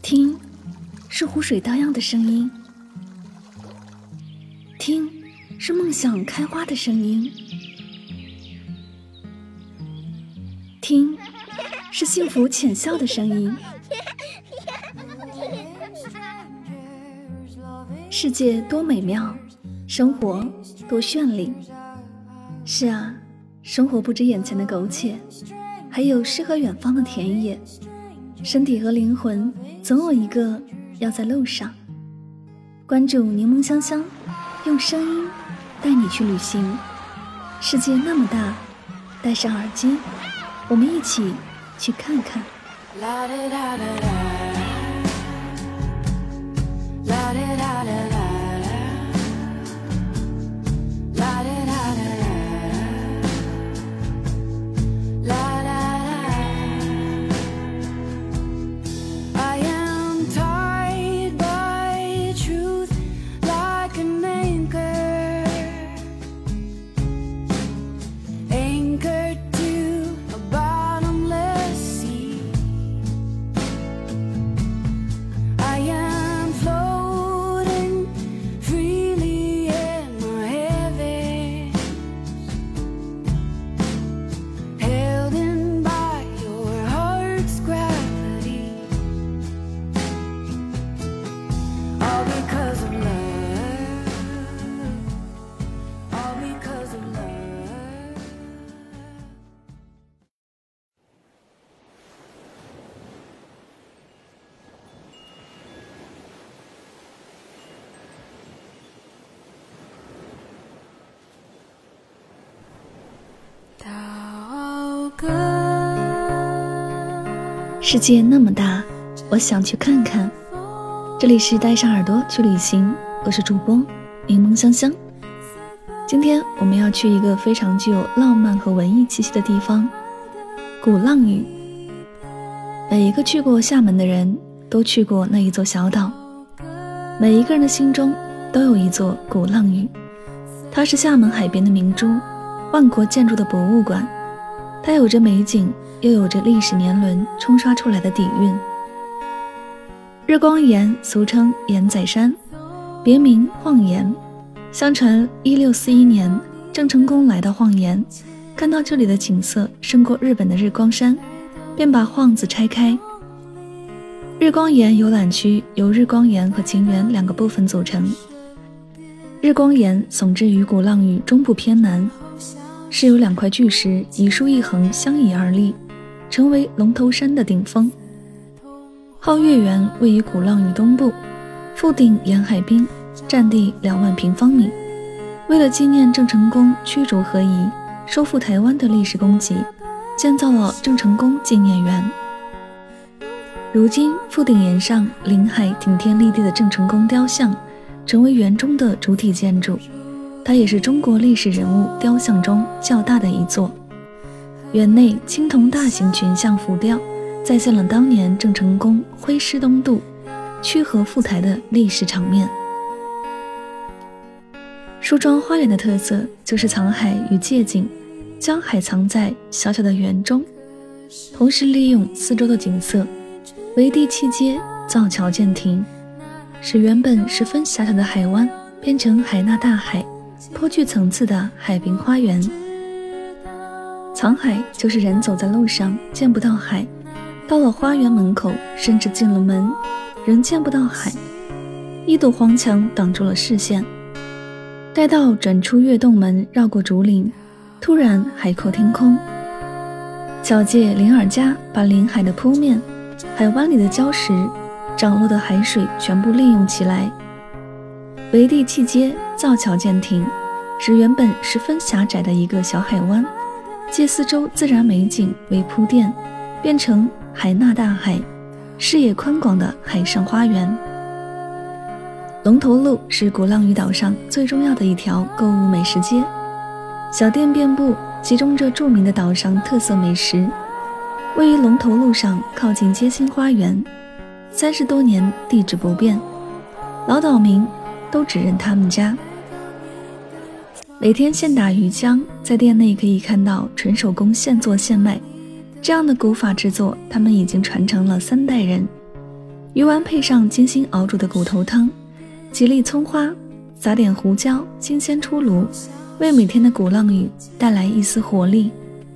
听，是湖水荡漾的声音；听，是梦想开花的声音；听，是幸福浅笑的声音。世界多美妙，生活多绚丽。是啊，生活不止眼前的苟且，还有诗和远方的田野。身体和灵魂总有一个要在路上。关注柠檬香香，用声音带你去旅行。世界那么大，戴上耳机，我们一起去看看。世界那么大，我想去看看。这里是带上耳朵去旅行，我是主播柠檬香香。今天我们要去一个非常具有浪漫和文艺气息的地方——鼓浪屿。每一个去过厦门的人都去过那一座小岛，每一个人的心中都有一座鼓浪屿。它是厦门海边的明珠，万国建筑的博物馆。它有着美景，又有着历史年轮冲刷出来的底蕴。日光岩俗称岩仔山，别名晃岩。相传1641年郑成功来到晃岩，看到这里的景色胜过日本的日光山，便把晃子拆开。日光岩游览区由日光岩和晴园两个部分组成。日光岩耸置于鼓浪屿中部偏南，是由两块巨石一竖一横相倚而立，成为龙头山的顶峰。皓月园位于鼓浪屿东部，腹顶沿海滨，占地2万平方米。为了纪念郑成功驱逐荷夷、收复台湾的历史功绩，建造了郑成功纪念园。如今腹顶岩上临海顶天立地的郑成功雕像成为园中的主体建筑，它也是中国历史人物雕像中较大的一座。园内青铜大型群像浮雕再现了当年郑成功挥师东渡、驱荷赴台的历史场面。梳妆花园的特色就是藏海与借景，将海藏在小小的园中，同时利用四周的景色，围地砌街，造桥建亭，使原本十分狭小的海湾变成海纳大海、颇具层次的海滨花园。藏海就是人走在路上见不到海，到了花园门口，甚至进了门仍见不到海，一堵黄墙挡住了视线。待到转出月洞门，绕过竹林，突然海阔天空。巧借林尔嘉把临海的铺面、海湾里的礁石、涨落的海水全部利用起来，围地砌街，造桥建亭，使原本十分狭窄的一个小海湾，借四周自然美景为铺垫，变成海纳大海、视野宽广的海上花园。龙头路是鼓浪屿岛上最重要的一条购物美食街，小店遍布，集中着著名的岛上特色美食。位于龙头路上，靠近街心花园，30多年地址不变，老岛民都只认他们家。每天现打鱼浆，在店内可以看到纯手工现做现卖，这样的古法制作他们已经传承了3代人。 鱼丸配上精心熬煮的骨头汤，几粒葱花，撒点胡椒，新鲜出炉，为每天的鼓浪屿带来一丝活力。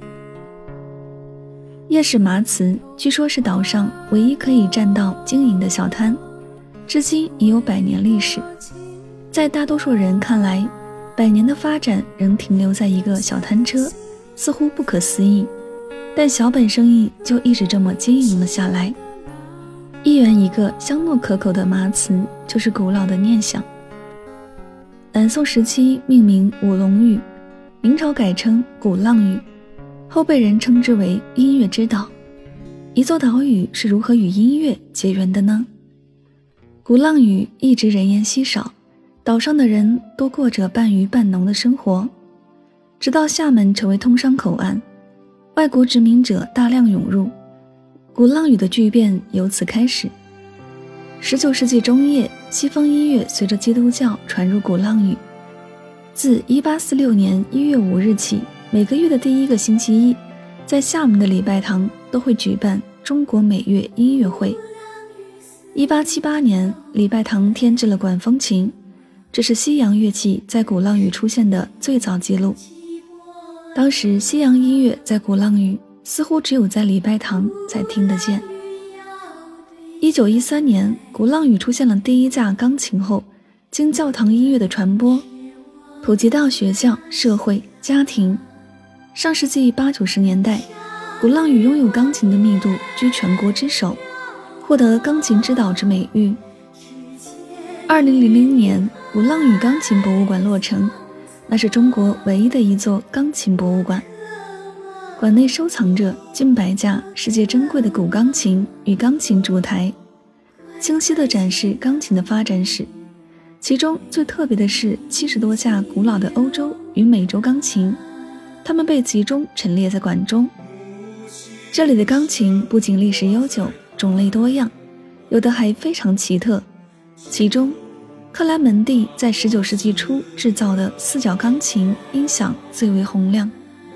夜市麻糍据说是岛上唯一可以占道经营的小摊，至今已有100年历史。在大多数人看来，100年的发展仍停留在一个小摊车，似乎不可思议，但小本生意就一直这么经营了下来。1元一个香糯可口的麻糍就是古老的念想。南宋时期命名五龙屿，明朝改称鼓浪屿，后被人称之为音乐之岛。一座岛屿是如何与音乐结缘的呢？鼓浪屿一直人烟稀少，岛上的人都过着半渔半农的生活，直到厦门成为通商口岸，外国殖民者大量涌入，鼓浪屿的巨变由此开始。19世纪中叶，西方音乐随着基督教传入鼓浪屿。自1846年1月5日起，每个月的第1个星期一，在厦门的礼拜堂都会举办中国美乐音乐会。1878年，礼拜堂添置了管风琴，这是西洋乐器在鼓浪屿出现的最早记录。当时西洋音乐在鼓浪屿似乎只有在礼拜堂才听得见。1913年，鼓浪屿出现了第一架钢琴后，经教堂音乐的传播，普及到学校、社会、家庭。上世纪80、90年代，鼓浪屿拥有钢琴的密度居全国之首，获得钢琴之岛之美誉。2000年，鼓浪屿钢琴博物馆落成，那是中国唯一的一座钢琴博物馆。馆内收藏着近100架世界珍贵的古钢琴与钢琴烛台，清晰地展示钢琴的发展史。其中最特别的是70多架古老的欧洲与美洲钢琴，它们被集中陈列在馆中。这里的钢琴不仅历史悠久，种类多样，有的还非常奇特。其中克莱门蒂在19世纪初制造的4角钢琴音响最为洪亮。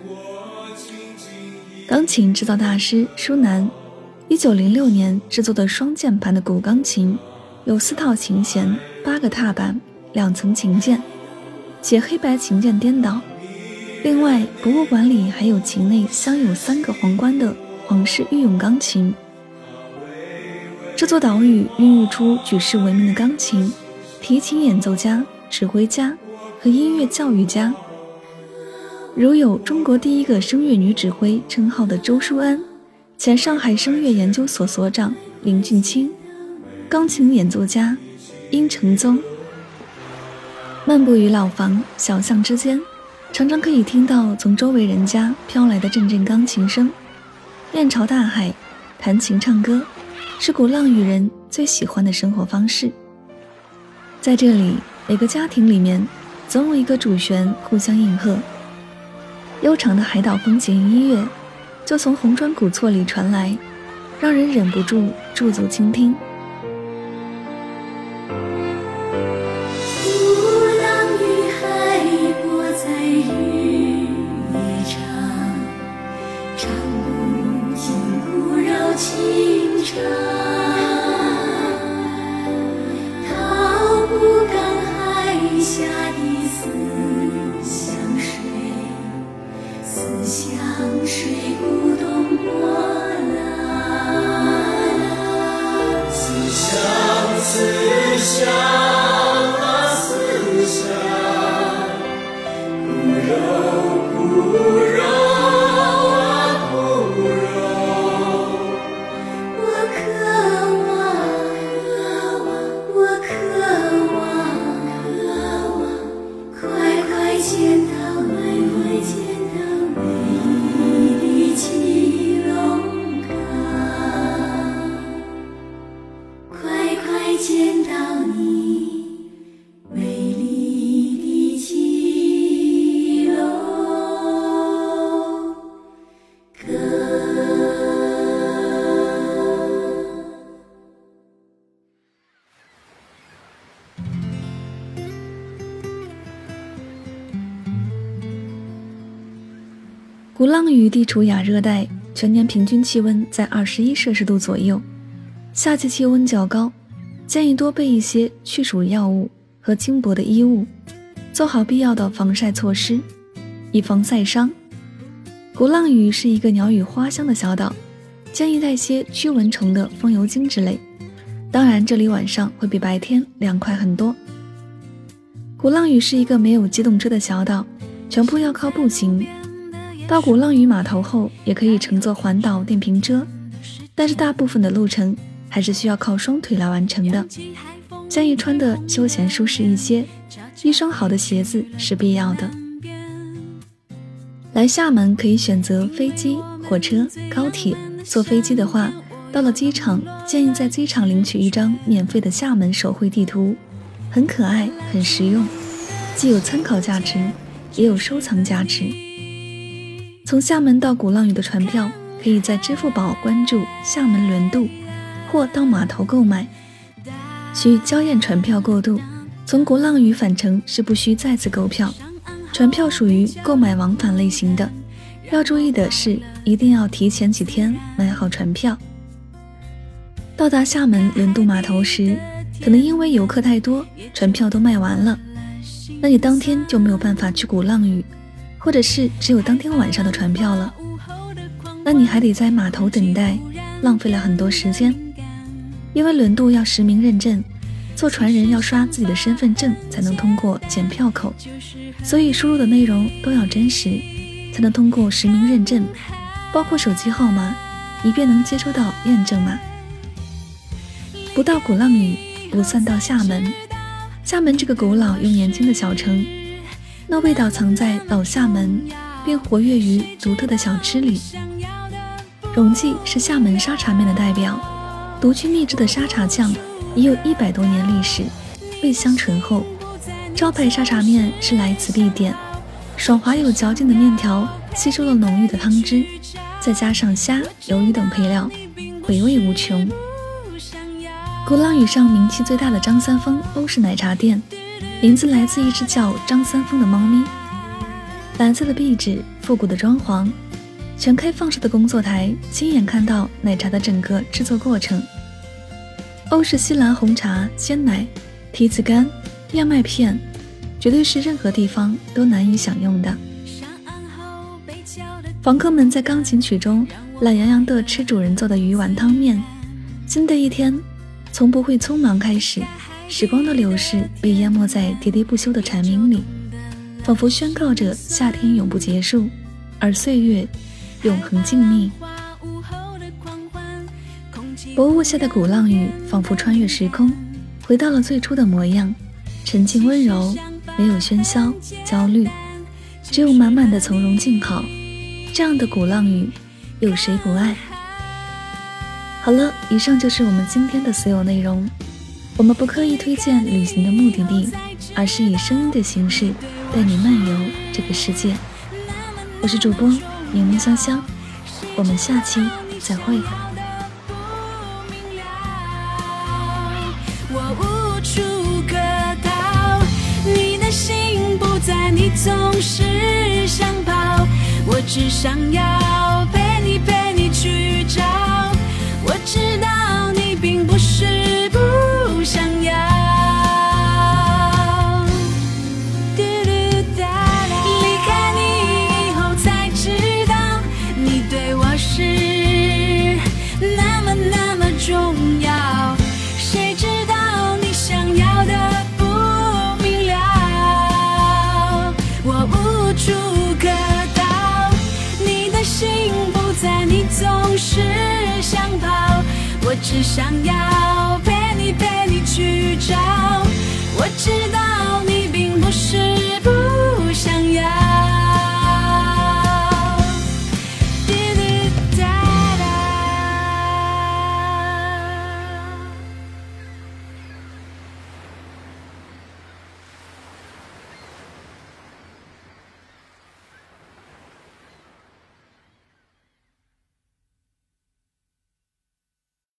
钢琴制造大师舒南1906年制作的双键盘的古钢琴，有4套琴弦、8个踏板、2层琴键，且黑白琴键颠倒。另外，博物馆里还有琴内镶有3个皇冠的皇室御用钢琴。这座岛屿孕育出举世闻名的钢琴、提琴演奏家、指挥家和音乐教育家，如有中国第1个声乐女指挥称号的周淑安，前上海声乐研究所所长林俊卿，钢琴演奏家殷承宗。漫步于老房小巷之间，常常可以听到从周围人家飘来的阵阵钢琴声。面朝大海，弹琴唱歌，是鼓浪屿人最喜欢的生活方式。在这里，每个家庭里面总有一个主旋互相应和，悠长的海岛风情音乐就从红砖古厝里传来，让人忍不住驻足倾听。鼓浪屿地处亚热带，全年平均气温在21摄氏度左右， 夏季气温较高，建议多备一些去暑药物和轻薄的衣物，做好必要的防晒措施，以防晒伤。鼓浪屿是一个鸟语花香的小岛，建议带些驱蚊虫的风油精之类。当然，这里晚上会比白天凉快很多。鼓浪屿是一个没有机动车的小岛，全部要靠步行。到鼓浪屿码头后，也可以乘坐环岛电瓶车，但是大部分的路程还是需要靠双腿来完成的。建议穿的休闲舒适一些，一双好的鞋子是必要的。来厦门可以选择飞机、火车、高铁。坐飞机的话，到了机场，建议在机场领取一张免费的厦门手绘地图，很可爱，很实用，既有参考价值，也有收藏价值。从厦门到鼓浪屿的船票，可以在支付宝关注厦门轮渡，或到码头购买。需交验船票过渡，从鼓浪屿返程是不需再次购票，船票属于购买往返类型的。要注意的是，一定要提前几天买好船票。到达厦门轮渡码头时，可能因为游客太多，船票都卖完了，那你当天就没有办法去鼓浪屿，或者是只有当天晚上的船票了，那你还得在码头等待，浪费了很多时间。因为轮渡要实名认证，坐船人要刷自己的身份证才能通过检票口，所以输入的内容都要真实，才能通过实名认证，包括手机号码，以便能接收到验证码。不到鼓浪屿不算到厦门。厦门这个古老又年轻的小城，那味道藏在老厦门，并活跃于独特的小吃里。荣记是厦门沙茶面的代表，独具秘制的沙茶酱已有100多年历史，味香醇厚。招牌沙茶面是来此必点，爽滑有嚼劲的面条吸收了浓郁的汤汁，再加上虾、鱿鱼等配料，回味无穷。鼓浪屿上名气最大的张三丰欧式奶茶店，名字来自一只叫张三丰的猫咪。蓝色的壁纸，复古的装潢，全开放式的工作台，亲眼看到奶茶的整个制作过程。欧式西兰红茶、鲜奶、提子干、燕麦片，绝对是任何地方都难以享用的。房客们在钢琴曲中懒洋洋地吃主人做的鱼丸汤面。新的一天从不会匆忙开始，时光的流逝被淹没在喋喋不休的蝉鸣里，仿佛宣告着夏天永不结束，而岁月永恒静谧。薄雾下的鼓浪屿仿佛穿越时空，回到了最初的模样，沉静温柔，没有喧嚣焦虑，只有满满的从容静好。这样的鼓浪屿有谁不爱？好了，以上就是我们今天的所有内容。我们不刻意推荐旅行的目的地，而是以声音的形式带你漫游这个世界。我是主播柠檬香香，我们下期再会。 我无处可逃，你的心不在，你总是想跑，我只想要陪你去找。我知道你并不是不想要，离开你以后才知道，你对我是那么重要。谁知道你想要的不明了，我无处可逃，你的心不在，你总是想跑，我只想要陪你去找。我知道你